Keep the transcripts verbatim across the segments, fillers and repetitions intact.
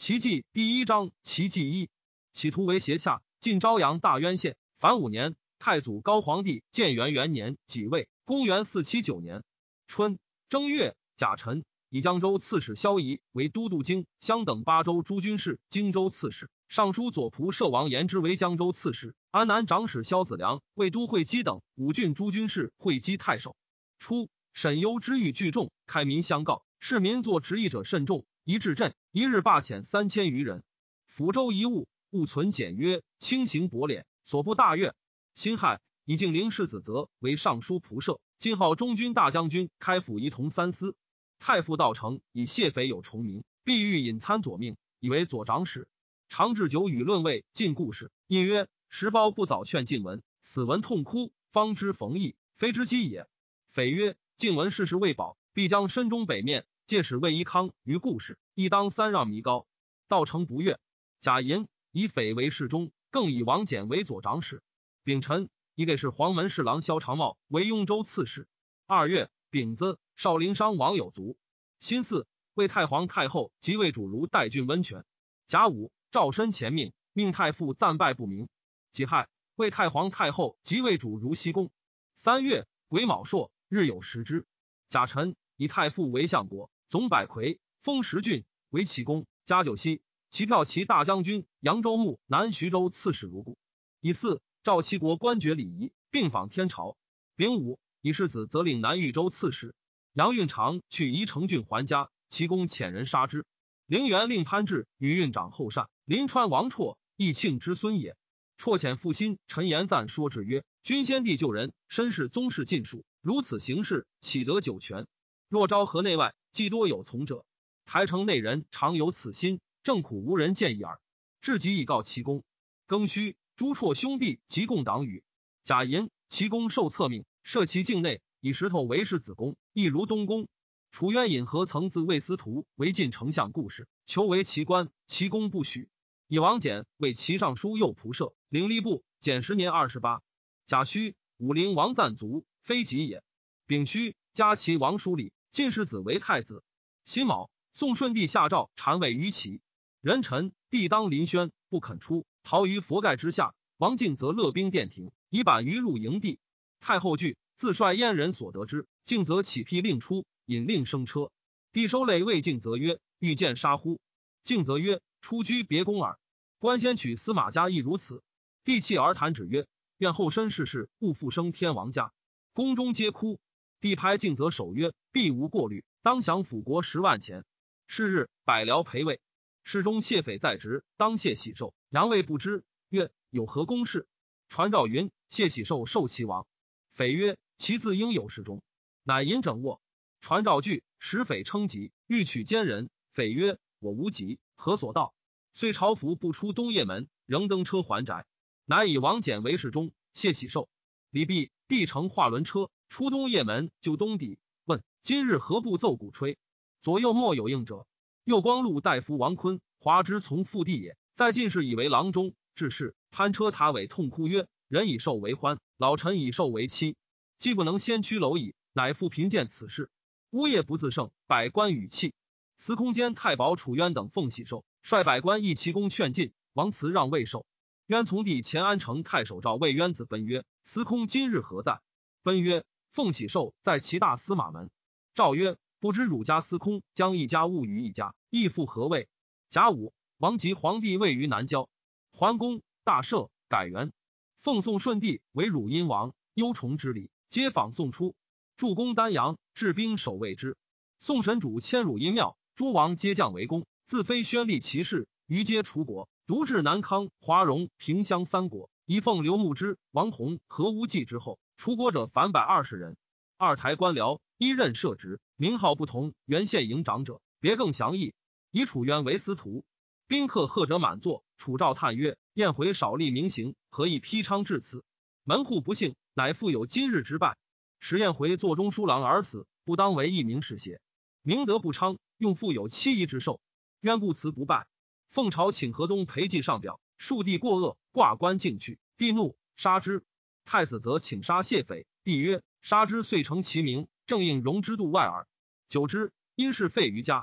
其纪第一章其纪一，企图为胁洽，晋昭阳大渊县。凡五年，太祖高皇帝建元元年己未，公元四七九年春正月，甲辰，以江州刺史萧仪为都督京襄等八州诸军事、荆州刺史。尚书左仆射王延之为江州刺史，安南长史萧子良为都会稽等五郡诸军事、会稽太守。初，沈攸之狱聚众，开民相告，市民作执役者甚众，一至镇，一日罢遣三千余人。抚州一务，务存简约，轻刑薄敛，所不大悦。辛亥，以敬陵世子则为尚书仆射，今号中军大将军，开府仪同三司。太傅道成以谢匪有重名，必欲引参左命，以为左长史。常置酒与论谓晋故事，因曰：时包不早劝晋文，死文痛哭，方知冯异，非之机也。匪曰：晋文世事未保，必将身中北面，借使魏一康于故事，亦当三让弥高。道成不悦。贾寅以匪为侍中，更以王翦为左长史。丙辰，以给事黄门侍郎萧长茂为雍州刺史。二月，丙子，少陵商王有卒。辛巳，魏太皇太后即位主如代郡温泉。甲午，赵申前命，命太傅暂拜不明。己亥，魏太皇太后即位主如西宫。三月，癸卯朔，日有食之。甲辰，以太傅为相国，总百魁，封十郡为齐公。加九锡，齐骠骑大将军、扬州牧、南徐州刺史如故。以巳，赵齐国官爵礼仪，并访天朝。丙午，以世子则领南豫州刺史。杨运长去宜城郡还家，齐公遣人杀之。陵园令潘志与运长后善，临川王绰，义庆之孙也。绰遣父亲陈延赞说之曰：君先帝救人，身是宗室尽属，如此行事，岂得久全？若昭和内外，既多有从者。台城内人常有此心，正苦无人见议耳。至即以告齐公。庚戌，朱绰兄弟及共党羽。甲寅，齐公受册命，设其境内，以石头为世子宫，亦如东宫。楚渊尹何曾自魏司徒为晋丞相故事，求为齐官，齐公不许。以王翦为齐尚书右仆射，领吏部，减十年二十八。甲戌，武陵王赞卒，非己也。丙戌，加齐王叔礼，晋世子为太子。辛卯，宋顺帝下诏禅位于齐。壬辰，帝当临轩，不肯出，逃于佛盖之下。王敬则勒兵殿庭，以板于入营地。太后惧，自率燕人所得之。敬则起辟令出，引令升车。帝收累魏敬则曰：欲见杀乎？敬则曰：出居别宫耳。官先取司马家亦如此。帝泣而谈止曰：愿后身世事，勿复生天王家。宫中皆哭。帝拍敬则手曰：必无过虑，当降辅国十万钱。是日，百僚陪位。侍中谢匪在职，当谢喜寿。杨卫不知，曰：有何公事？传诏云：谢喜寿受齐王。匪曰：其自应有事中。乃引整卧。传诏具，使匪称疾，欲取奸人。匪曰：我无疾，何所到？遂朝服不出东掖门，仍登车还宅。乃以王翦为侍中，谢喜寿。礼毕，帝乘画轮车出东掖门，就东邸，问：今日何不奏鼓吹？左右莫有应者。右光禄大夫王坤，华之从父弟也，在进士以为郎中。至是，攀车塔尾痛哭曰：人以寿为欢，老臣以寿为妻，既不能先驱蝼蚁，乃复贫贱此事。呜咽不自胜，百官语气。司空监太保楚渊等奉喜寿，率百官议齐公劝进，王辞让未受。渊从弟前安城太守赵魏渊子奔曰：司空今日何在？奔曰：奉喜寿在齐大司马门。赵曰：不知汝家司空将一家务于一家，亦复何谓？甲午，王及皇帝位于南郊，桓公大赦，改元。奉宋顺帝为汝阴王，忧崇之礼，皆访宋出。助攻丹阳，治兵守卫之。宋神主迁汝阴庙，诸王皆降为公，自非宣立其事，于皆除国，独至南康、华容、平襄三国，以奉刘牧之、王弘、何无忌之后，除国者凡百二十人。二台官僚一任设职，名号不同，原县营长者别更详议。以楚渊为司徒。宾客贺者满座，楚赵叹曰：宴回少立明行，何以披昌至此？门户不幸，乃复有今日之败。时宴回座中书郎而死，不当为一名士邪？明德不昌，用复有七夷之寿。渊故辞不拜。奉朝请河东陪祭上表，庶弟过恶，挂冠进去。帝怒，杀之。太子则请杀谢匪。帝曰：杀之遂成其名，正应容之度外耳。久之，因是废于家。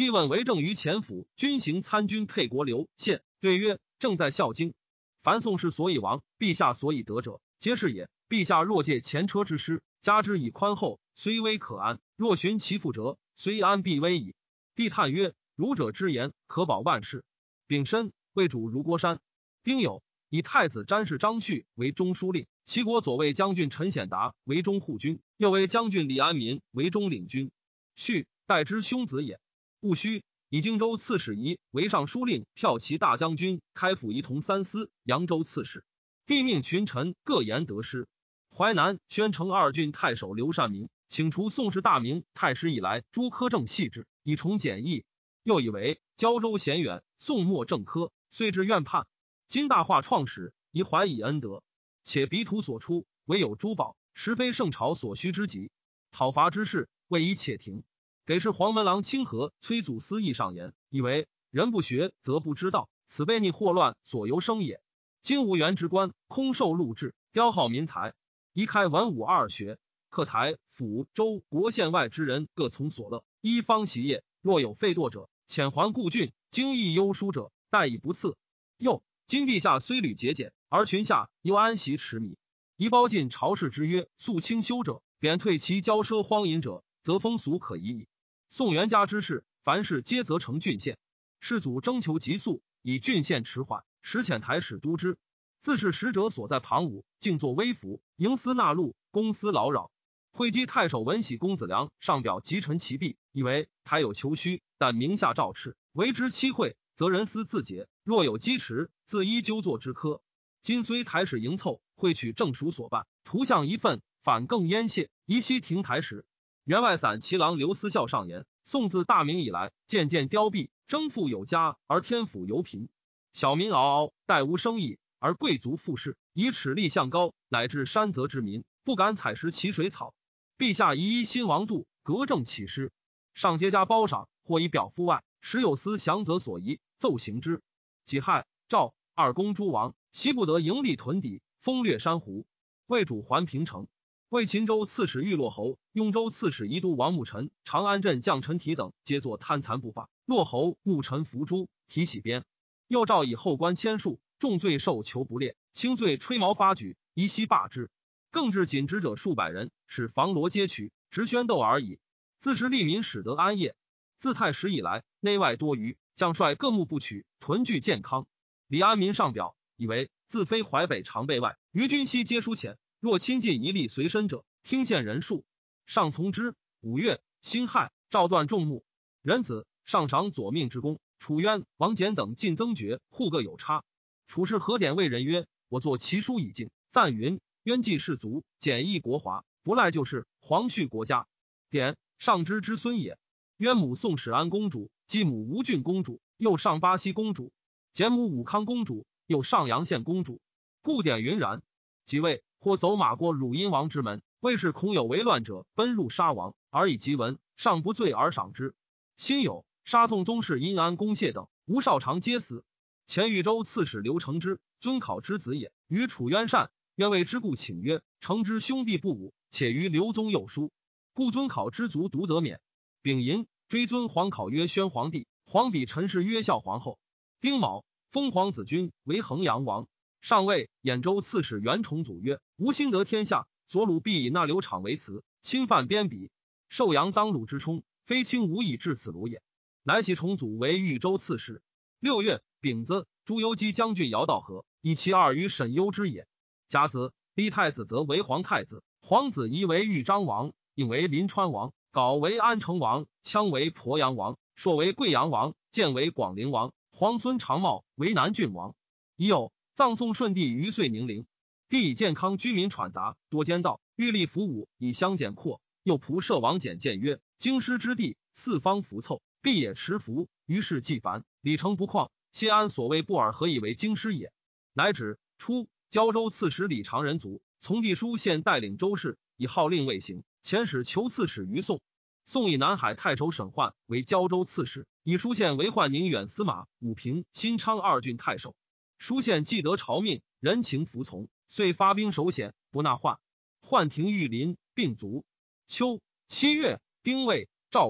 帝问为政于前府，军行参军沛国刘宪，对曰：正在孝经。凡宋氏所以亡，陛下所以得者，皆是也。陛下若借前车之师，加之以宽厚，虽危可安；若循其父者，虽安必危矣。帝叹曰：儒者之言，可保万世。丙申，魏主如郭山。丁酉，以太子詹事张旭为中书令，齐国左卫将军陈显达为中护军，右卫将军李安民为中领军。旭，代之兄子也。戊戌，以荆州刺史仪为尚书令、骠骑大将军、开府仪同三司、扬州刺史。帝命群臣各言得失。淮南宣城二郡太守刘善明请除宋氏大名太师以来诸科正细致，以重简易。又以为胶州嫌远，宋末正科，遂至院判。今大化创始，宜怀以恩德，且彼土所出，唯有珠宝，实非圣朝所需之急。讨伐之事，未以且停。给事黄门郎清河崔祖思议上言，以为人不学则不知道，此悖逆祸乱所由生也。今无原之官，空受禄制，雕耗民财，宜开文武二学，客台府州国县外之人各从所乐，依方习业。若有废惰者，遣还故郡；经义优疏者，待以不赐。又今陛下虽屡节俭，而群下又安息持米，宜包尽朝事之约，肃清修者，贬退其骄奢荒淫者，则风俗可移矣。宋元嘉之事，凡事皆责成郡县，世祖征求急速，以郡县迟缓，使遣台使督之。自是使者所在旁武，静坐微服，营私纳禄，公私劳扰。会稽太守文喜公子良上表急陈其弊，以为台有求虚，但名下诏敕，为之期会，则人私自解；若有积迟，自依纠作之科。今虽台使营凑，会取正属所办，图像一份，反更淹泄，宜悉停台使。员外散骑郎刘思孝上言，宋自大明以来，渐渐凋敝，征赋有加，而天府尤贫。小民嗷嗷，待无生意，而贵族富士，以齿力向高，乃至山泽之民，不敢采食其水草。陛下宜依新王度，革正起施，上皆加褒赏，或以表夫外，时有司降则所宜，奏行之。己亥，赵二公诸王，悉不得盈利屯邸，封掠珊瑚。魏主还平城。为秦州刺史玉洛侯、雍州刺史仪都王牧臣、长安镇将陈提等皆作贪残不法。洛侯牧臣伏诛，提起鞭。又诏以后官千数，重罪受囚不列，轻罪吹毛发举，宜悉罢之。更至仅职者数百人，使房罗皆取，直宣斗而已。自是利民使得安业。自太史以来，内外多余，将帅各目不取，屯聚健康。李安民上表，以为自非淮北常备外，于军西皆疏浅。若亲近一力随身者，听县人数，上从之。五月，辛亥，诏断众目。仁子上赏左命之功，楚渊、王简等尽增爵，互各有差。楚氏何典谓人曰：我作其书已尽，赞云渊济士族，简易国华，不赖就是皇恤国家。典上之之孙也。渊母宋史安公主，继母吴郡公主，又上巴西公主；简母武康公主，又上阳县公主。故典云然。即位，或走马过汝阴王之门，魏氏恐有为乱者，奔入杀王，而以即闻，上不罪而赏之。辛酉，杀宋宗室殷安公谢等，吴少长皆死。前豫州刺史刘承之，尊考之子也，与楚渊善，渊为之故请曰：承之兄弟不武，且于刘宗幼书，故尊考之族独得免。丙寅，追尊皇考曰宣皇帝，皇比陈氏曰孝皇后。丁卯，封皇子君为衡阳王。上谓兖州刺史袁崇祖曰：吾兴得天下，所鲁必以纳刘昶为辞，侵犯边鄙，寿阳当鲁之冲，非卿无以至此鲁也。乃起崇祖为豫州刺史。六月，丙子，朱由基将军姚道和以其二于沈攸之也。甲子，立太子则为皇太子，皇子仪为豫章王，应为临川王，杲为安成王，羌为鄱阳王，朔为贵阳王，建为广陵王，皇孙长茂为南郡王。已有葬宋顺帝于遂宁陵。帝以健康居民喘杂，多奸盗，欲立服武以相减阔。又仆射王简谏曰：京师之地，四方浮凑，必也持服。于是既烦，里程不旷。谢安所谓布尔何以为京师也？乃指初，胶州刺史李长仁卒，从帝书献带领州事，以号令未行，遣使求刺史于宋。宋以南海太守沈焕为胶州刺史，以书献为宦宁远司马、武平、新昌二郡太守。书献既得朝命，人情服从，遂发兵守险，不纳宦。宦庭御林，并卒。秋七月，丁未，诏曰：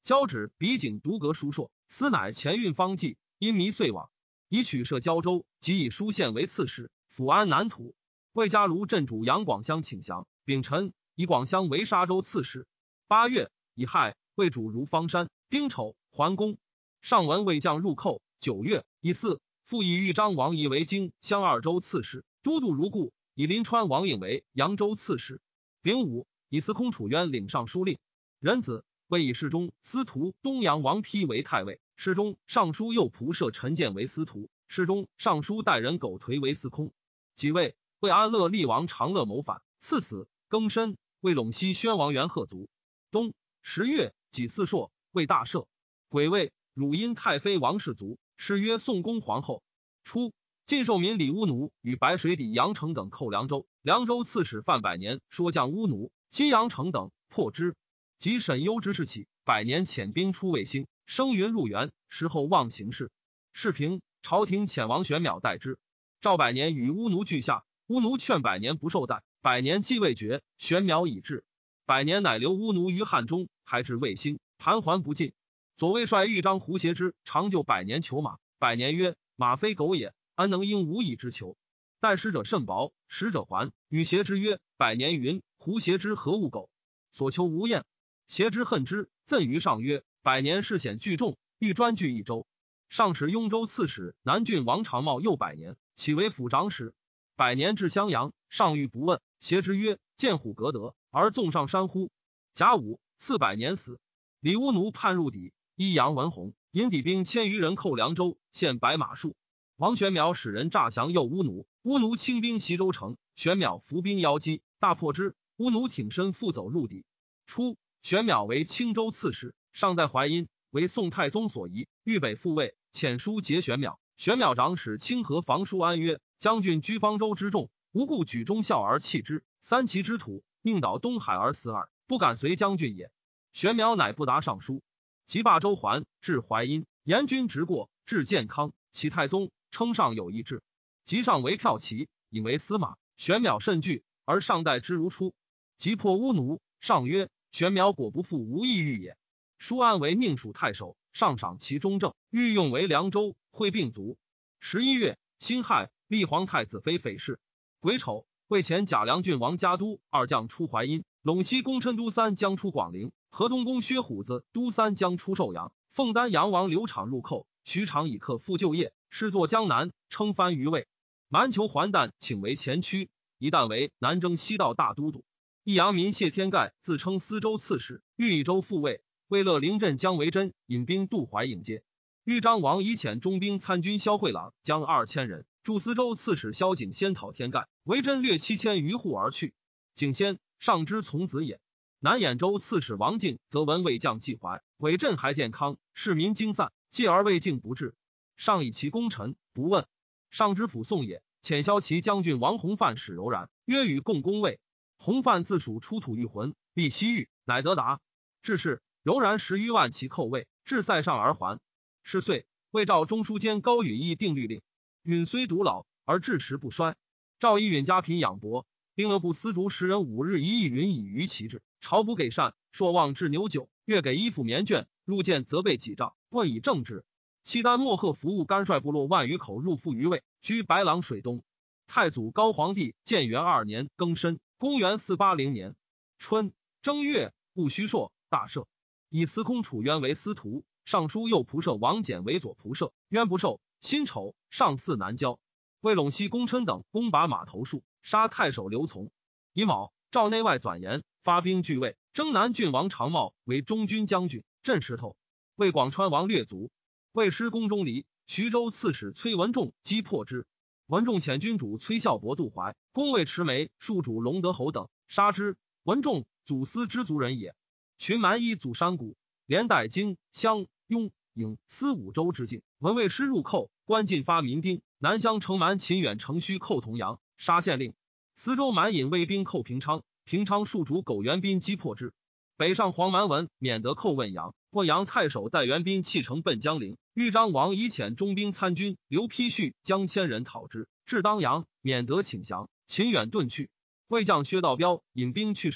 交趾比景独阁书硕，司乃前运方济，因迷遂往，以取摄交州，即以书县为刺史，抚安南土。魏家卢镇主杨广相请降，丙辰，以广乡为沙州刺史。八月，乙亥，魏主如方山。丁丑，桓公。上文魏将入寇。九月，乙巳，复以豫章王仪为荆襄二州刺史，都督如故。以临川王应为扬州刺史。丙午，以司空楚渊领尚书令。壬子，魏以侍中司徒东阳王丕为太尉，侍中尚书右仆射陈建为司徒，侍中尚书代人苟颓为司空。己未，魏安乐厉王长乐谋反，赐死。庚申，魏陇西宣王元贺卒。冬十月，己巳朔，魏大赦。癸未，汝阴太妃王氏卒，谥曰宋恭皇后。初，晋寿民李乌奴与白水底杨成等寇凉州，凉州刺史范百年说降乌奴，击杨成等，破之。及沈攸之事起，百年遣兵出卫星，生云入原，时后望行事。事平，朝廷遣王玄邈代之。赵百年与乌奴俱下，乌奴劝百年不受代，百年既未决，玄邈已至。百年乃留乌奴于汉中，还至卫星，盘桓不进。左卫帅豫章胡协之常就百年求马，百年曰：马非狗也，安能因无以之求？待使者甚薄，使者还，与协之曰：百年云胡协之何物狗？所求无厌。协之恨之，赠于上曰：百年事险聚众，欲专据一州。上使雍州刺史南郡王长茂又百年，起为府长史。百年至襄阳，上欲不问，协之曰：见虎革德，而纵上山乎？甲午，赐百年死。李乌奴叛入底，依杨文宏引底兵千余人寇凉州，陷白马树。王玄邈使人诈降诱乌奴，乌奴轻兵袭州城，玄邈伏兵邀击，大破之。乌奴挺身复走入底。初，玄邈为青州刺史，尚在淮阴，为宋太宗所疑，豫北复魏，遣书结玄邈。玄邈长史清河房叔安曰：将军居方州之众，无故举忠孝而弃之，三齐之土，宁倒东海而死耳，不敢随将军也。玄邈乃不答上书。及罢州还，至淮阴，严军直过，至建康，启太宗，称上有一志。及上为骠骑，引为司马。玄邈甚惧，而上待之如初。及破乌奴，上曰：玄邈果不负无意欲也。舒安为宁属太守，上赏其忠正，欲用为凉州，会并卒。十一月，辛亥，立皇太子妃匪氏。癸丑，魏前贾梁郡王家都二将出淮阴，陇西公琛都三将出广陵，河东公薛虎子都三将出寿阳。凤丹阳王刘昶入寇，徐长以克复就业，师作江南，称藩于魏。蛮酋还旦请为前驱，一旦为南征西道大都督。益阳民谢天盖自称司州刺史，豫益州复魏。魏乐陵镇姜维真引兵渡淮迎接。豫章王以遣中兵参军萧惠朗将二千人，驻司州刺史萧景先讨天盖，维真略七千余户而去。景先，上之从子也。南兖州刺史王敬则闻魏将济淮，伪镇还健康，市民惊散，继而魏敬不至。上以其功臣，不问。上之辅宋也，遣骁骑将军王弘范使柔然，约与共攻魏。弘范自蜀出土玉魂，立西域，乃得达。至是，柔然十余万骑寇魏，至塞上而还。是岁，魏赵中书监高允义定律令，允虽独老，而志持不衰。赵以允家贫养薄，兵额部司卒十人五日一役允以于其志，朝不给善，朔望置牛酒，月给衣服棉绢，入见则备几丈，问以正之。契丹莫贺服务甘率部落万余口入附于魏，居白狼水东。太祖高皇帝建元二年庚申，公元四八零年春正月，戊戌朔，大赦。以司空楚渊为司徒，尚书右仆射王翦为左仆射。渊不受。辛丑，上巳南郊。魏陇西公琛等攻拔马头树，杀太守刘从。乙卯，赵内外转言，发兵拒魏，征南郡王长茂为中军将军，镇石头。魏广川王略卒。魏师宫中离，徐州刺史崔文仲击破之。文仲遣军主崔孝伯渡淮，攻魏持梅、戍主龙德侯等，杀之。文仲，祖司之族人也。群蛮夷祖山谷，连带荆、襄、雍、颍、司五州之境，闻魏师入寇，关进发民丁，南乡城蛮秦远城虚寇同阳，杀县令。司州蛮引魏兵寇平昌，平昌戍主苟元斌击破之。北上黄蛮文免得寇汶阳，汶阳太守戴元斌弃城奔江陵。豫章王以遣中兵参军刘丕绪将千人讨之，至当阳，免得请降。秦远遁去。魏将薛道彪引兵去寿阳，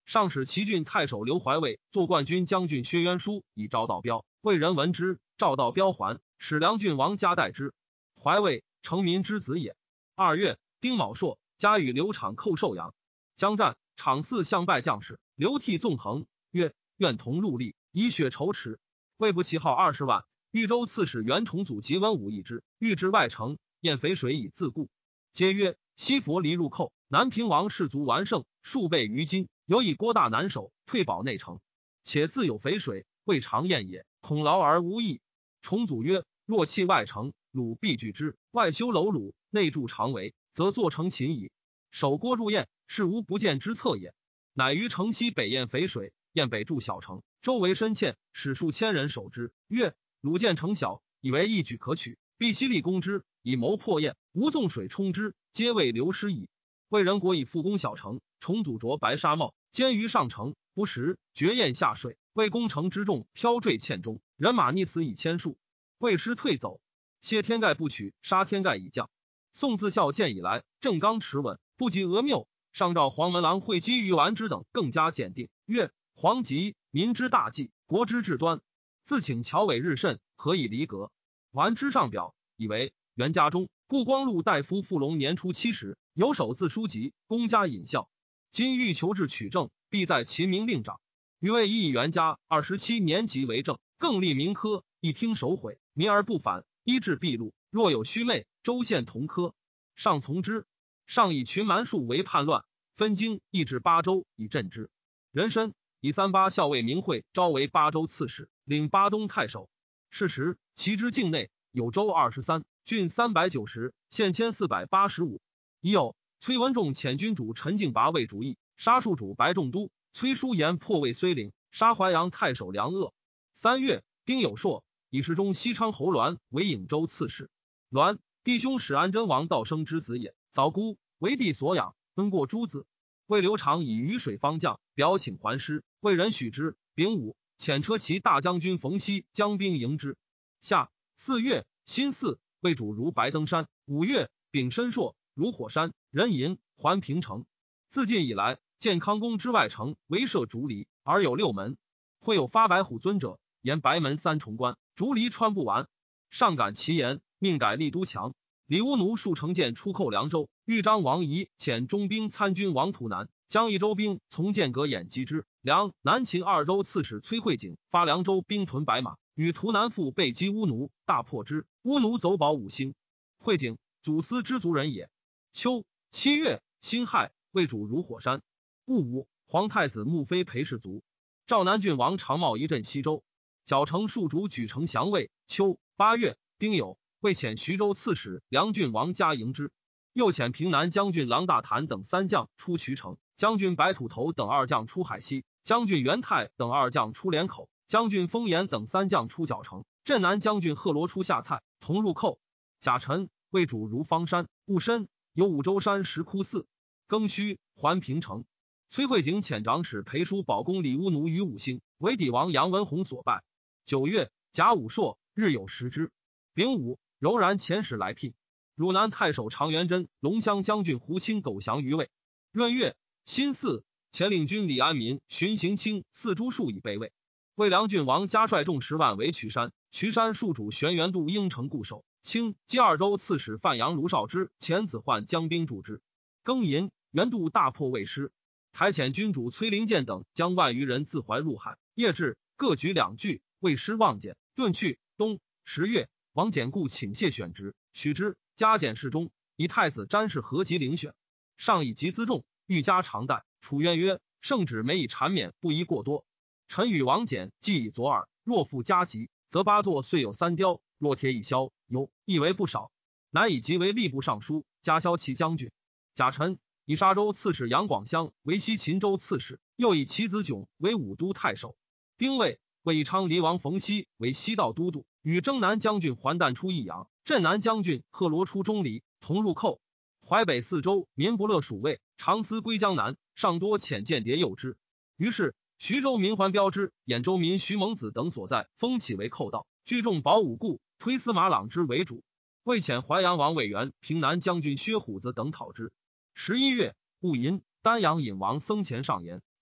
上使齐郡太守刘怀卫做冠军将军薛渊书以赵道标，魏人闻之，赵道标还，使梁郡王家代之。怀卫，成民之子也。二月，丁卯朔，加与刘昶寇寿阳。将战，昶嗣相败将士，刘悌纵横，曰：愿同戮力，以血仇耻。魏不其号二十万。豫州刺史袁崇祖及文武议之，欲至外城，验淝水以自固。皆曰：西佛离入寇，南平王士卒完胜，数倍于今，有以郭大难守，退保内城。且自有淝水，未尝验也，恐劳而无益。崇祖曰：若弃外城，鲁必拒之。外修楼橹，内筑长围，则作成秦矣。守郭筑堰，是无不见之策也。乃于城西北验淝水，验北筑小城，周围深堑，使数千人守之。曰：鲁见城小，以为一举可取，必悉力攻之，以谋破堰。无纵水冲之，皆为流失矣。魏人国以复攻小城，崇祖着白纱帽，坚于上城，不时决堰下水。魏攻城之众飘坠堑中，人马溺死以千数。魏师退走，谢天盖不取，杀天盖以降。宋自孝建以来，正刚持稳，不及阿谬。上诏黄门郎会稽于完之等更加鉴定，曰：黄吉，民之大计，国之治端，自请乔伟日甚，何以离革？完之上表，以为元家中，顾光禄大夫傅龙年初七十，有手自书籍，公家引孝。今欲求治取证，必在秦明令长。余谓以元家二十七年即为政，更立民科，一听守毁，民而不反，医治闭路。若有虚昧，州县同科，上从之。上以群蛮术为叛乱，分京易至巴州以镇之。壬申，以三八校尉明惠招为巴州刺史，领巴东太守。是时，其之境内有州二十三，郡三百九十，县千四百八十五。已有崔文仲遣军主陈敬拔为主意，杀戍主白仲都；崔叔言破魏睢陵，杀淮阳太守梁鄂。三月，丁有朔以侍中西昌侯栾为颍州刺史。栾弟兄史安真王道生之子也，早姑为帝所养，恩过诸子。魏刘长以雨水方将，表请还师，魏人许之。丙午，遣车骑大将军冯熙将兵迎之。夏四月，辛巳，魏主如白登山。五月，丙申朔，如火山，人吟还平城。自晋以来，建康宫之外城围设竹篱，而有六门。会有发白虎尊者，言白门三重关，竹篱穿不完。上感其言，命改立都墙。李乌奴数乘舰出寇凉州，豫章王仪遣中兵参军王图南，将益州兵从剑阁掩击之。梁南秦二州刺史崔惠景发凉州兵屯白马，与图南父被击乌奴，大破之。乌奴走保五星。惠景，祖司之族人也。秋七月，辛亥，魏主如火山。戊午，皇太子穆妃裴氏族。赵南郡王长茂一镇西州，矫城戍主举城降魏。秋八月，丁酉，魏遣徐州刺史梁郡王家迎之。又遣平南将军郎大谭等三将出渠城，将军白土头等二将出海西，将军元泰等二将出连口，将军封延等三将出角城，镇南将军贺罗出下蔡，同入寇。甲辰，魏主如方山。戊申，有五洲山石窟寺。庚戌，还平城。崔惠景遣长史裴叔保公李乌奴于五星，为帝王杨文宏所败。九月，甲午朔，日有食之。丙午，柔然遣使来聘。汝南太守常元贞、龙骧将军胡卿苟降于魏。闰月，辛巳，前领军李安民巡行清四诸数以备魏。魏梁郡王加率众十万为渠山，渠山戍主玄元度应城固守。清冀二州刺史范阳卢绍之遣子焕将兵助之。庚寅，元度大破魏师，台遣军主崔灵健等将万余人自淮入海。夜至，各举两据，魏师望减，遁去。冬十月，王简固请谢选职，许之。加减侍中，以太子詹事合集遴选。上以集辎重，欲加长代。楚愿曰：圣旨每以缠免，不宜过多。臣与王简既以左耳，若复加急，则八座遂有三雕，若铁以消，尤亦为不少。乃以即为吏部尚书，加骁骑将军。甲辰，以沙州刺史杨广襄为西秦州刺史，又以其子迥为武都太守。丁未，魏昌黎王冯熙为西道都督，与征南将军桓旦出益阳，镇南将军贺罗出钟离，同入寇。淮北四州民不乐蜀魏，常思归江南，上多遣间谍诱之。于是徐州民桓标之、兖州民徐蒙子等所在封起为寇盗，聚众保武固，推司马朗之为主。魏遣淮阳王魏元、平南将军薛虎子等讨之。十一月，戊寅，丹阳尹王僧虔上言，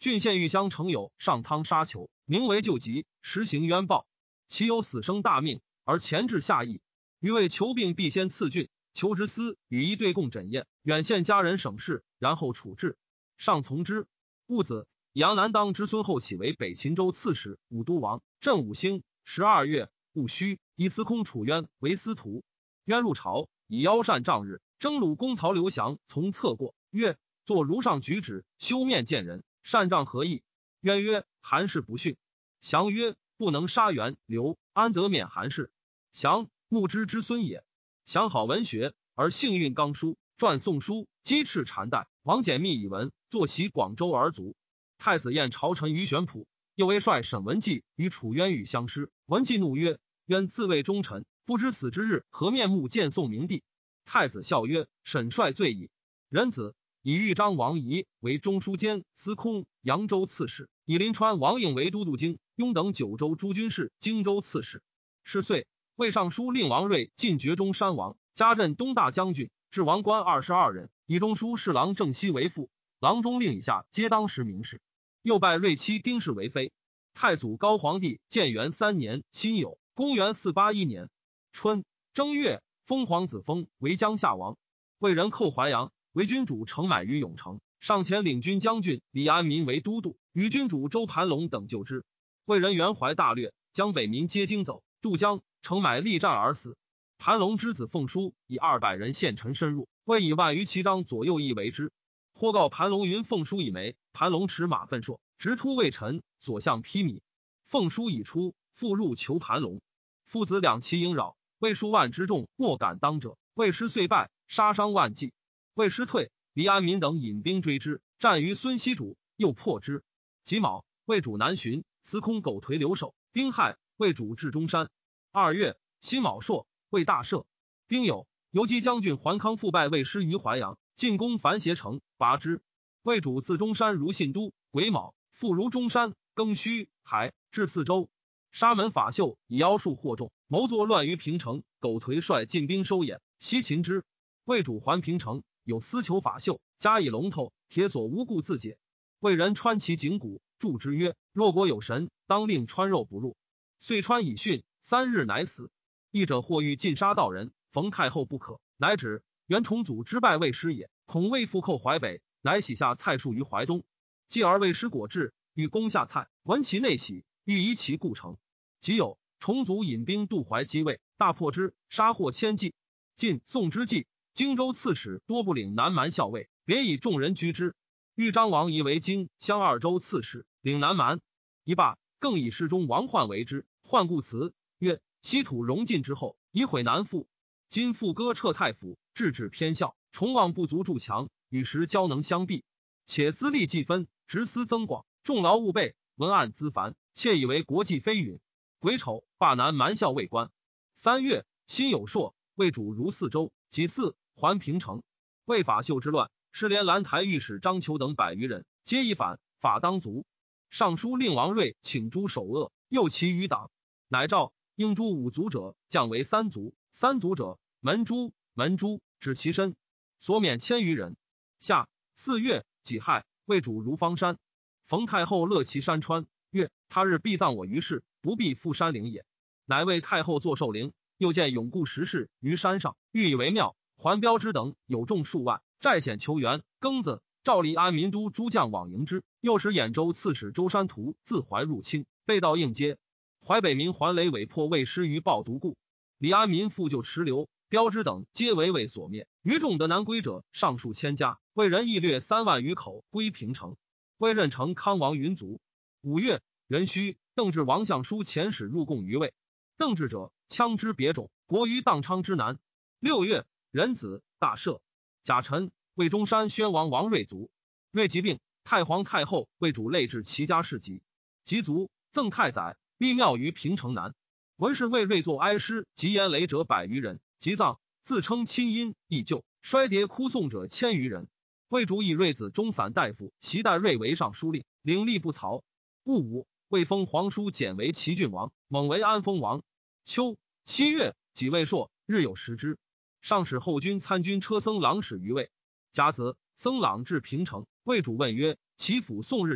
郡县豫乡城有上汤沙囚，名为救急，实行冤报，其有死生大命，而前至下邑。余为求病必先赐郡，求之司与一对共诊验，远县家人省事，然后处置。上从之。戊子，杨南当之孙后起为北秦州刺史、武都王，镇五星。十二月，戊戌，以司空楚渊为司徒。渊入朝，以邀善仗日，征虏公曹刘降从侧过，曰：作如上举止，休面见人，善仗何意？渊曰：韩氏不逊。降曰：不能杀袁刘，安得免韩氏？降，穆之之孙也。降好文学，而幸运刚书，撰宋书，击斥禅代。王简密以文，坐袭广州而卒。太子宴朝臣于玄圃，又为帅沈文季与楚渊与相师。文季怒曰：渊自谓忠臣，不知死之日何面目见宋明帝？太子笑曰：沈帅罪矣。仁子以豫章王仪为中书监司空、扬州刺史，以临川王应为都督京、雍等九州诸军事、荆州刺史。是岁，魏尚书令王睿进爵中山王，加镇东大将军，至王官二十二人，以中书侍郎郑熙为父，郎中令以下皆当时名士。又拜睿妻丁氏为妃。太祖高皇帝建元三年辛酉，公元四八一年春正月，封皇子封为江夏王。魏人寇淮阳，为君主承买于永城，上前领军将军李安民为都督，与君主周盘龙等救之。魏人袁怀大略，将北民皆惊走，渡江，承买力战而死。盘龙之子奉叔以二百人献臣深入，魏以万余骑张左右翼为之。或告盘龙云奉叔以没，盘龙持马奋硕，直突魏臣，所向披靡。奉叔已出，复入求盘龙。父子两骑迎扰，魏数万之众莫敢当者，魏师遂败，杀伤万计。魏师退，黎安民等引兵追之，战于孙西主，又破之。己卯，魏主南巡，司空苟颓留守，丁亥，魏主至中山。二月，辛卯朔，魏大赦。丁酉，游击将军桓康复败魏师于淮阳，进攻樊胁城，拔之。魏主自中山如信都，癸卯，复如中山，庚戌，亥，至四州。沙门法秀以妖术惑众，谋作乱于平城。苟颓率进兵收掩，西擒之。魏主还平城，有私求法秀，加以龙头，铁索无故自解。魏人穿其颈骨，祝之曰：若国有神，当令穿肉不入。遂穿以训，三日乃死。义者或欲尽杀道人，逢太后不可，乃止。袁崇祖之败魏师也，恐魏复寇淮北，乃洗下蔡数于淮东。继而魏师果至，欲攻下蔡，闻其内喜，欲夷其故城。即有崇祖引兵渡淮击魏，大破之，杀获千计。晋宋之际，荆州刺史多不领南蛮校尉，别以众人居之。豫章王仪为荆襄二州刺史，领南蛮。一罢，更以侍中王焕为之。焕故辞曰：西土荣晋之后，以毁南复。今复割彻太府，制止偏校，崇望不足筑墙，与时交能相避。且资历既分，职司增广，众劳务备，文案资繁，窃以为国际非允。癸丑，罢南蛮校尉官。三月，辛酉朔，魏主如四州，己巳，还平城。魏法秀之乱，失连兰台御史张求等百余人，皆已反，法当卒。尚书令王睿请诛首恶，诱其余党，乃诏应诛五族者降为三族，三族者门诛，门诛指其身，所免千余人。夏四月己亥，魏主如方山。冯太后乐其山川，曰：他日必葬我于市，不必复山陵也。乃为太后作寿陵，又见永固石室于山上，欲以为庙。还标之等有众数万，寨险求援。庚子，赵黎安民都诸将往迎之，又使兖州刺史周山图自淮入侵，被盗应接。淮北民还雷尾破魏师于暴独固，黎安民复救池流、标之等皆为魏所灭。余众得南归者上数千家，魏人亦掠三万余口归平城。魏任城康王云族。五月，壬戌，邓至王相书遣使入贡于魏。邓至者，羌之别种，国于荡昌之南。六月，壬子，大赦。甲辰，魏中山宣王王睿卒。睿疾病，太皇太后为主累至其家事疾。疾卒，赠太宰，立庙于平城南。文士为睿作哀诗及言雷者百余人，及葬，自称亲因，亦救，衰牒哭颂者千余人。魏主以睿子中散大夫袭代睿为尚书令，领吏部曹。戊午，魏封皇叔简为齐郡王，蒙为安丰王。秋七月，己未朔，日有食之。上使后军参军车僧朗使于魏。甲子，僧朗至平城，魏主问曰：其府宋日浅，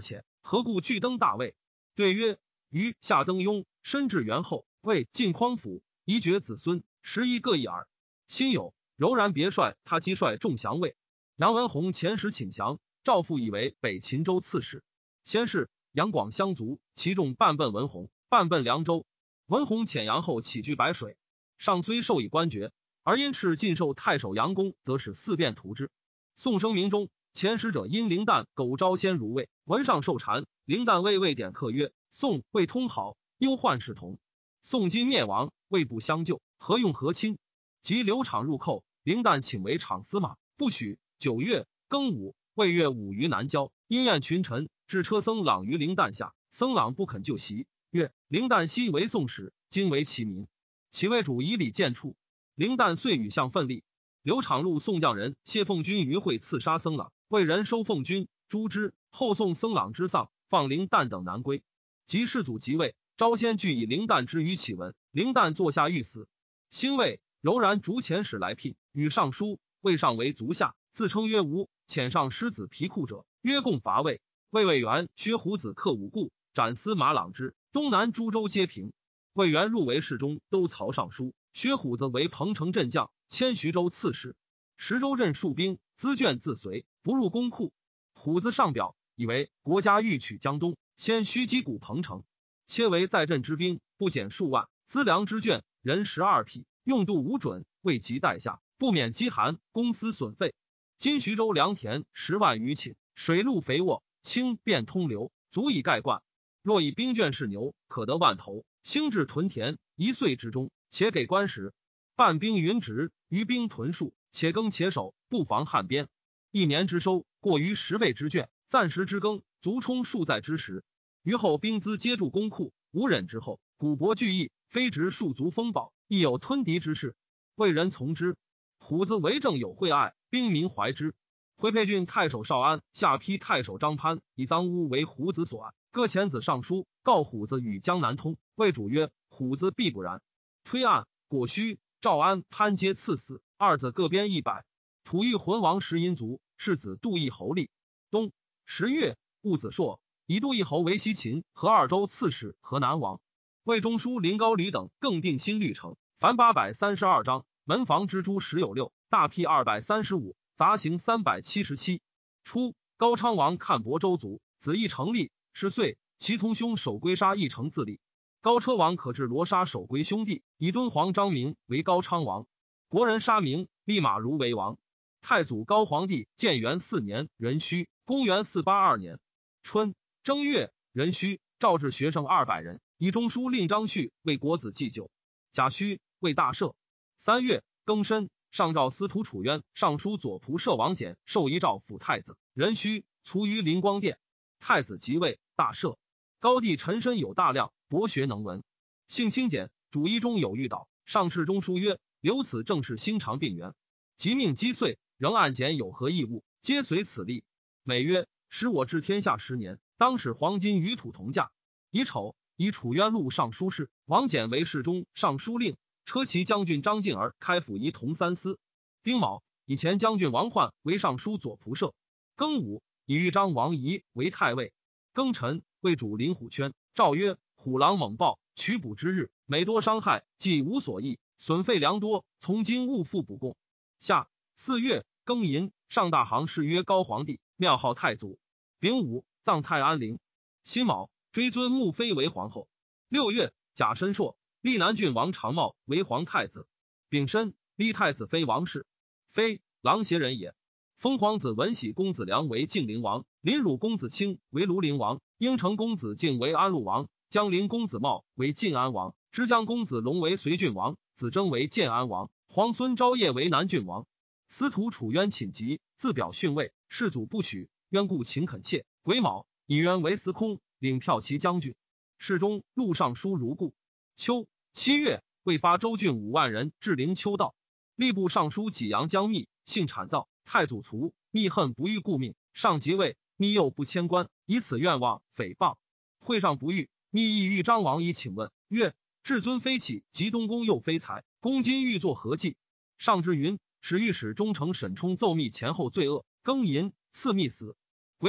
何故拒登大位？对曰：余下登庸，身至元后，为晋匡府，遗绝子孙，十一各一耳。辛酉，柔然别帅他击率众降魏。杨文宏前时请降，赵复以为北秦州刺史。先是杨广相族，其众半奔文宏，半奔凉州。文宏遣杨后起居白水，上虽授以官爵，而因敕禁授太守杨公，则使四变图之。宋声明中，前使者因灵旦苟招先如魏，文上受谗，灵旦为魏典客曰：宋魏通好，忧患是同。宋今灭亡，魏不相救，何用和亲？及刘昶入寇，灵旦请为长司马，不许。九月庚午，魏越五于南郊，因宴群臣，置车僧朗于灵旦下，僧朗不肯就席，曰：灵旦昔为宋使，今为其民，其为主以礼见处。灵旦遂与相奋力。刘昶录宋将人谢奉军于会刺杀僧朗，魏人收奉军，诛之。后送僧朗之丧，放灵旦等南归。及世祖即位，昭先具以灵旦之于启文，灵旦坐下欲死。辛未，柔然逐遣使来聘，与上书。魏上为足下，自称曰吴。遣上狮子皮裤者，曰共伐魏。魏魏元薛胡子克武固，斩司马朗之，东南诸州皆平。魏元入为侍中，都曹尚书。薛虎子为彭城镇将，迁徐州刺史。石州镇戍兵，资卷自随，不入公库。虎子上表，以为国家欲取江东，先须击鼓彭城。切为在镇之兵，不减数万，资粮之卷，人十二匹，用度无准，未及待下，不免饥寒，公私损费。今徐州良田十万余顷，水陆肥沃，清便通流，足以盖灌。若以兵卷是牛，可得万头，兴至屯田，一岁之中，且给官食。半兵云直，余兵屯戍，且耕且守，不妨旱边。一年之收，过于十倍之卷，暂时之耕，足充数载之时。余后兵资皆驻公库，无忍之后，古帛巨溢，非直戍足丰饱，亦有吞敌之势。魏人从之。虎子为政有惠爱，兵民怀之。回沛郡太守少安下邳太守张潘以赃污为虎子所案，各遣子上书告虎子与江南通。魏主曰：虎子必不然。推案，果须。赵安、潘皆赐死，二子各编一百。吐欲浑王石殷族，是子杜义侯立。冬十月，戊子朔，以杜义侯为西秦和二州刺史、河南王。魏中书临高礼等更定新律程，凡八百三十二章，门房之诸十有六，大辟二百三十五，杂行三百七十七。初，高昌王看伯州族，子义成立，十岁，其从兄守归杀义成自立。高车王可至罗刹守归兄弟，以敦煌张明为高昌王。国人杀明，立马如为王。太祖高皇帝建元四年壬戌，公元四八二年春正月壬戌，召至学生二百人，以中书令张旭为国子祭酒。甲戌，为大赦。三月庚申，上诏司徒楚渊、尚书左仆射王翦授遗诏辅太子。壬戌，卒于灵光殿。太子即位，大赦。高帝陈身有大量，博学能文，性清简，主医中有御导。上敕中书曰：留此正是心肠病源，即命击碎，仍案检有何异物，皆随此例。每曰：使我治天下十年，当使黄金与土同价。乙丑，以楚渊录尚书事，王翦为侍中、尚书令，车骑将军张敬儿开府仪同三司。丁卯，以前将军王焕为尚书左仆射。庚午，以豫章王仪为太尉。庚辰，为主临虎圈。诏曰：虎狼猛暴，取捕之日，每多伤害，既无所益，损费良多，从今勿复补贡。夏四月庚寅，上大行谥曰高皇帝，庙号太祖。丙午，葬太安陵。辛卯，追尊穆妃为皇后。六月甲申朔，立南郡王长茂为皇太子。丙申，立太子妃王氏。妃，琅邪人也。封皇子文喜公子良为晋陵王，林汝公子卿为庐陵王，应城公子敬为安陆王，江陵公子茂为晋安王，之江公子龙为随郡王，子征为建安王，皇孙昭业为南郡王。司徒楚渊寝疾，自表逊位，世祖不许，渊故勤恳切。癸卯，以渊为司空，领骠骑将军。侍中录尚书如故。秋七月，未发州郡五万人至灵丘道。吏部尚书济阳江密，性谄躁。太祖卒，密恨不欲故命，上即位，密又不迁官，以此愿望诽谤。会上不遇，密意欲张王以请问，曰：至尊非起，及东宫又非才，公今欲作何计？上之云：使御史中丞沈冲奏密前后罪恶，庚寅赐密死。癸卯，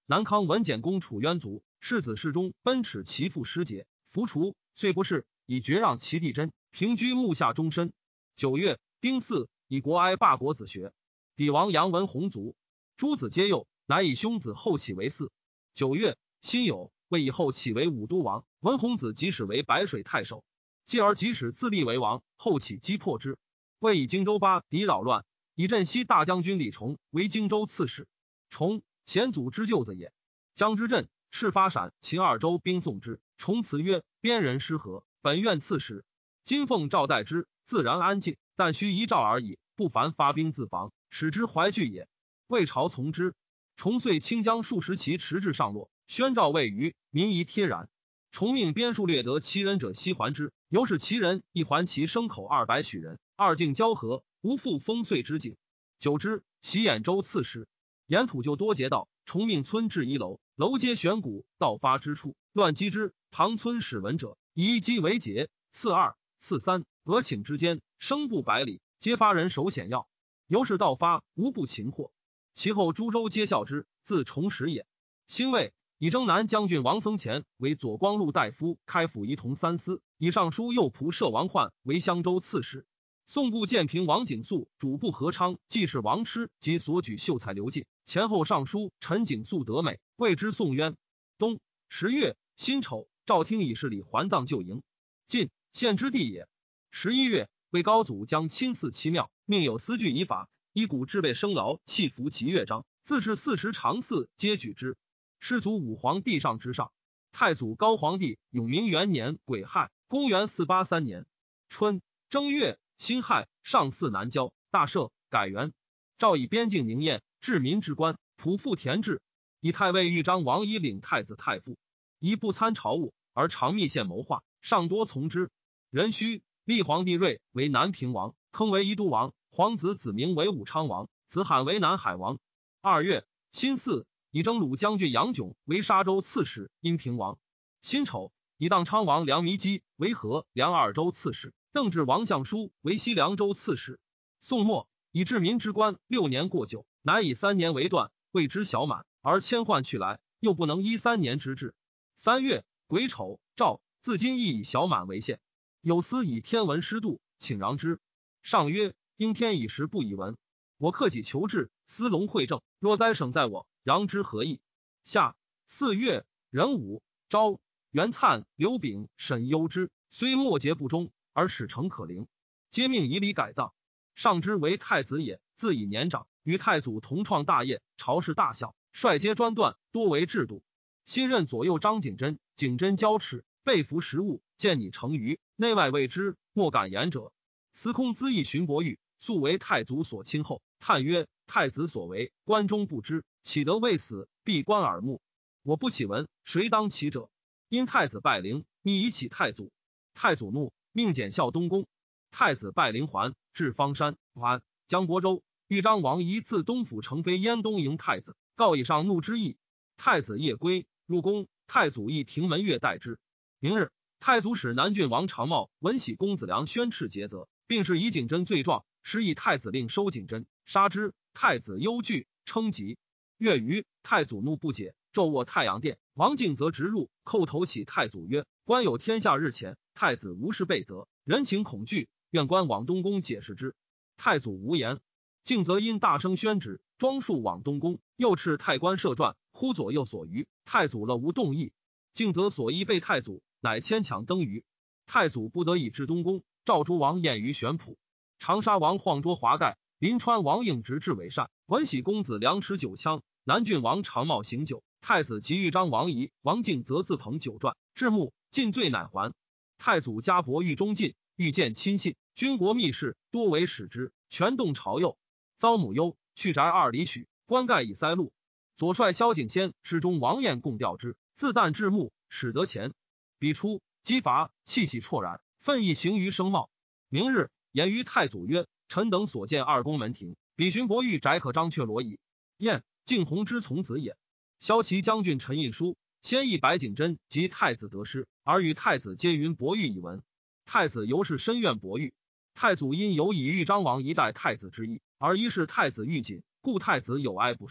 南康文简公楚渊卒，世子世中奔驰其父师节，服除，遂不仕，以爵让其弟真，平居幕下终身。九月，丁巳，以国哀罢国子学。帝王杨文宏卒，诸子皆幼，乃以兄子后起为嗣。九月，辛酉，魏以后起为武都王，文宏子即使为白水太守。继而即使自立为王，后起击破之。魏以荆州巴敌扰乱，以镇西大将军李崇为荆州刺史。崇，显祖之舅子也。江之镇，赤发陕、秦二州兵送之。崇辞曰：边人失和，本愿刺史。今奉诏待之，自然安静，但须一诏而已，不凡发兵自防，使之怀惧也。魏朝从之。崇遂清将数十骑持至上洛，宣诏未虞，民夷贴然。崇命边戍掠得其人者悉还之，由是其人亦还其牲口二百许人，二境交合，无复封岁之景。久之，袭兖州刺史。沿土就多劫道，崇命村置一楼，楼皆悬鼓，道发之处，乱击之。旁村使闻者，以一击为节。次二、次三，俄顷之间，声不百里，皆发人首险要。由是道发，无不擒获。其后诸州皆效之，自崇始也。兴魏，以征南将军王僧虔为左光禄大夫，开府仪同三司，以尚书右仆射王焕为襄州刺史。宋部建平王景肃、主簿何昌、记事王痴及所举秀才刘进，前后尚书陈景肃得美，谓之宋渊。冬十月，辛丑，赵听以势礼还葬旧营。晋，献之地也。十一月，魏高祖将亲祀其庙，命有司具以法，以古制备生劳，弃服其乐章，自是四时常祀，皆举之。师祖武皇帝上之上。太祖高皇帝永明元年癸亥，公元四八三年春正月，辛亥，上祀南郊，大赦，改元。诏以边境宁晏，治民之官，普复田治。以太尉豫章王仪领太子太傅，宜不参朝务，而常密县谋划，上多从之。壬戌，立皇帝睿为南平王，坑为宜都王，皇子子明为武昌王，子罕为南海王。二月，辛巳，以征虏将军杨炯为沙州刺史，阴平王。辛丑，以当昌王梁弥基为河梁二州刺史，邓至王相书为西凉州刺史。宋末，以治民之官六年过久，乃以三年为断，谓之小满，而迁换去来，又不能依三年之制。三月，癸丑，诏自今亦以小满为限。有司以天文失度，请禳之。上曰：应天以时不以文，我克己求治，司龙会政，若哉省在我，禳之何意？下四月，壬午，昭、袁粲、刘炳、沈攸之虽末节不忠，而使成可灵，皆命以礼改葬。上之为太子也，自以年长，与太祖同创大业，朝事大小，率皆专断，多为制度。新任左右张景真，景真交齿，背服食物，见你成鱼，内外谓之，莫敢言者。司空资议荀伯玉，素为太祖所亲厚，叹曰：太子所为，关中不知，岂得未死，闭关耳目？我不启闻，谁当其者？因太子拜陵，密以启太祖。太祖怒，命检校东宫。太子拜陵还，至方山、还江亳州。豫章王仪自东府乘飞燕东迎太子，告以上怒之意。太子夜归，入宫，太祖亦庭门月待之。明日，太祖使南郡王长茂、文喜公子良宣斥诘责，并是以景真罪状，施以太子令收景真，杀之。太子忧惧，称疾。月余，太祖怒不解，骤卧太阳殿。王敬则直入，叩头起太祖曰：官有天下日前，太子无事备责，人情恐惧，愿官往东宫解释之。太祖无言。敬则因大声宣旨，装束往东宫，又敕太官设传，呼左右所余。太祖了无动议。敬则所依备太祖，乃牵强登舆。太祖不得已至东宫，赵诸王宴于玄圃。长沙王晃捉华盖，临川王应直至伪善，文喜公子良持九枪，南郡王长茂行酒。太子及豫章王仪、王敬则自捧酒馔，至暮，尽醉乃还。太祖加伯狱中进，欲见亲信，军国密事多为使之，全动朝右。遭母忧，去宅二里许，棺盖以塞路。左帅萧景先侍中王彦共吊之，自旦至暮，始得前。彼出，击伐，气息绰然，愤意行于声茂。明日，言于太祖曰：臣等所见二宫门庭，比荀伯玉宅可张阙罗矣。彦，敬弘之从子也。骁骑将军陈印书先议白景真及太子得失，而与太子皆云伯玉以闻。太子由是深怨伯玉。太祖因有以豫章王一代太子之意，而一是太子御谨，故太子有哀不衰。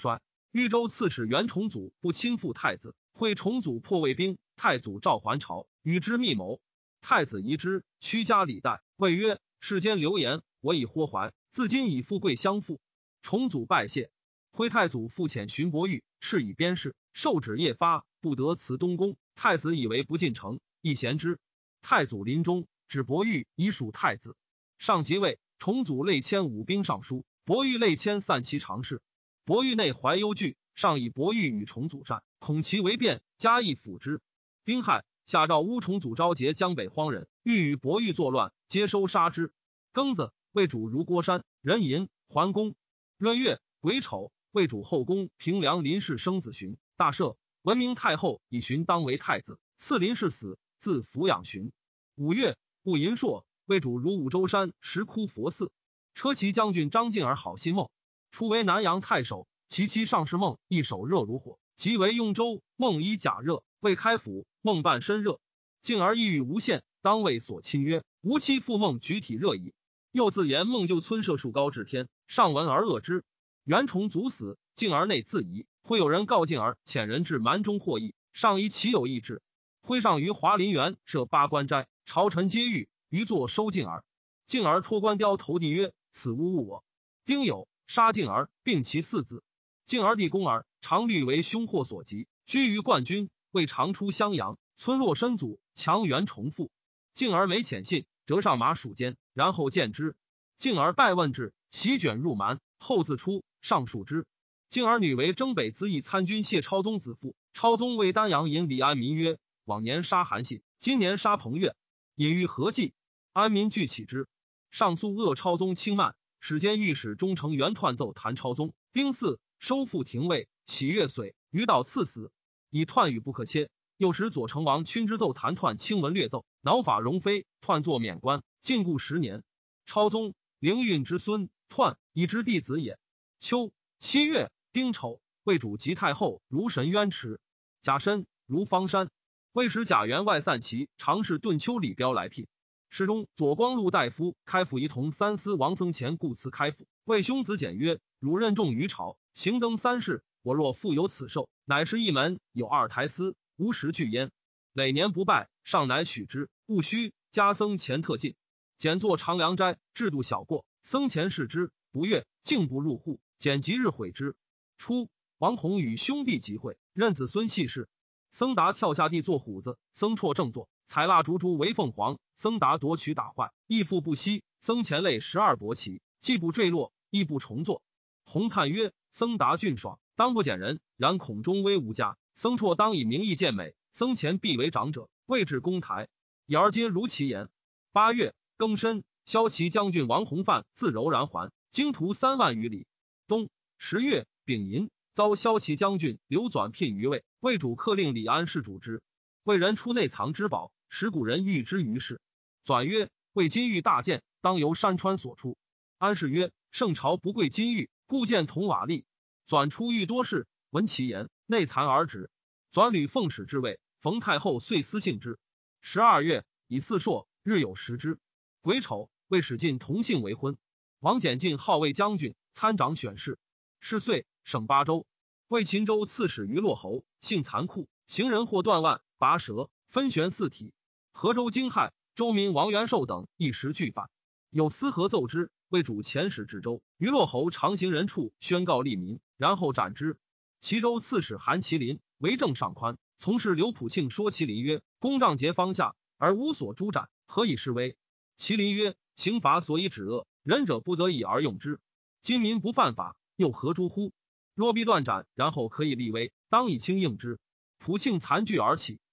豫州刺史袁崇祖不亲附太子，会崇祖破魏兵，太祖召还朝，与之密谋。太子疑之，屈家礼待，谓曰：世间流言，我已豁怀，自今以富贵相负。崇祖拜谢。徽太祖复遣荀伯玉，敕以边事，受旨夜发，不得辞东宫。太子以为不进城，亦贤之。太祖临终，指伯玉以属太子。上即位，崇祖累迁武兵尚书，伯玉累迁散骑常侍。伯玉内怀忧惧，上以伯玉与崇祖战，恐其为变，加以辅之。丁亥，下诏乌崇祖召结江北荒人，欲与伯玉作乱，皆收杀之。庚子，魏主如郭山，壬寅，桓公。闰月，癸丑，魏主后宫平凉林氏生子荀，大赦，闻明太后以荀当为太子，赐林氏死，自抚养荀。五月，戊寅朔，魏主如五州山石窟佛寺。车骑将军张敬儿好信孟，初为南阳太守，其妻上士孟一手热如火，即为用州，孟以甲热，未开府，孟半身热。敬儿意欲无限，当为所亲曰：吾妻父孟举体热矣。又自言孟就村射树高至天，上闻而恶之。袁崇祖死，敬儿内自疑，会有人告敬儿遣人至蛮中获益，上疑其有异志。徽上于华林园设八官斋，朝臣皆遇，于作收敬儿。敬儿托官雕投地曰：此勿误我。丁酉，杀敬儿，并其四子。敬儿弟宫儿常虑为凶祸所及，居于冠军，未常出襄阳，村落深阻，强袁崇复。敬儿每遣信，折上马属监，然后见之。敬儿拜问之，席卷入蛮，后自出，上述之。敬儿女为征北资议参军谢超宗子妇，超宗为丹阳尹李安民曰：往年杀韩信，今年杀彭越，隐于何计？安民俱起之。上诉恶超宗轻慢，使监御史中丞袁彖奏弹超宗，兵四，收复廷尉，喜悦遂，于岛赐死。以彖语不可切。又使左丞王勋之奏弹彖轻文略奏，挠法容非，彖作免官，禁锢十年。超宗灵运之孙，彖以之弟子也。秋七月，丁丑，魏主及太后如神渊池，甲申，如方山。魏使贾元外散骑常侍顿丘李彪来聘。侍中左光禄大夫开府仪同三司王僧虔故辞开府，魏兄子简曰：汝任重于朝，行登三世，我若复有此寿，乃是一门有二台司，无实具焉。累年不拜，上乃许之，务须加僧虔特进。简作长梁斋，制度小过，僧虔视之，不悦，竟不入户。简即日毁之。初，王弘与兄弟集会，任子孙系事。僧达跳下地做虎子，僧绰正坐，采蜡烛烛为凤凰，僧达夺取打坏，亦复不息。僧前累十二伯旗，既不坠落，亦不重坐。弘叹曰：僧达俊爽，当不减人，然恐中威无加。僧绰当以名义见美，僧前必为长者，位至公台，已而皆如其言。八月庚申，骁骑将军王弘范自柔然还，经途三万余里。冬十月丙寅，遭骁骑将军刘纂聘于魏，魏主客令李安氏主之。魏人出内藏之宝，使古人遇之于世。纂曰：魏金玉大见，当由山川所出。安氏曰：圣朝不贵金玉，故见铜瓦砾。纂出遇多事，闻其言，内惭而止。纂屡奉使至魏，冯太后遂私信之。十二月，以四朔，日有食之。癸丑，魏使晋同姓为婚。王简进号魏将军，参掌选事。是岁，省八州。魏秦州刺史于洛侯，性残酷，行人或断腕、拔舌，分悬四体。河州惊骇，州民王元寿等一时俱反。有司河奏之，魏主遣使至州，于洛侯常行人处，宣告利民，然后斩之。齐州刺史韩麒麟为政上宽，从事刘普庆说麒麟曰：公杖节方下，而无所诛斩，何以示威？麒麟曰：刑罚所以止恶，仁者不得已而用之。今民不犯法，又何诛乎？若必断斩，然后可以立威，当以轻应之。普庆残惧而起。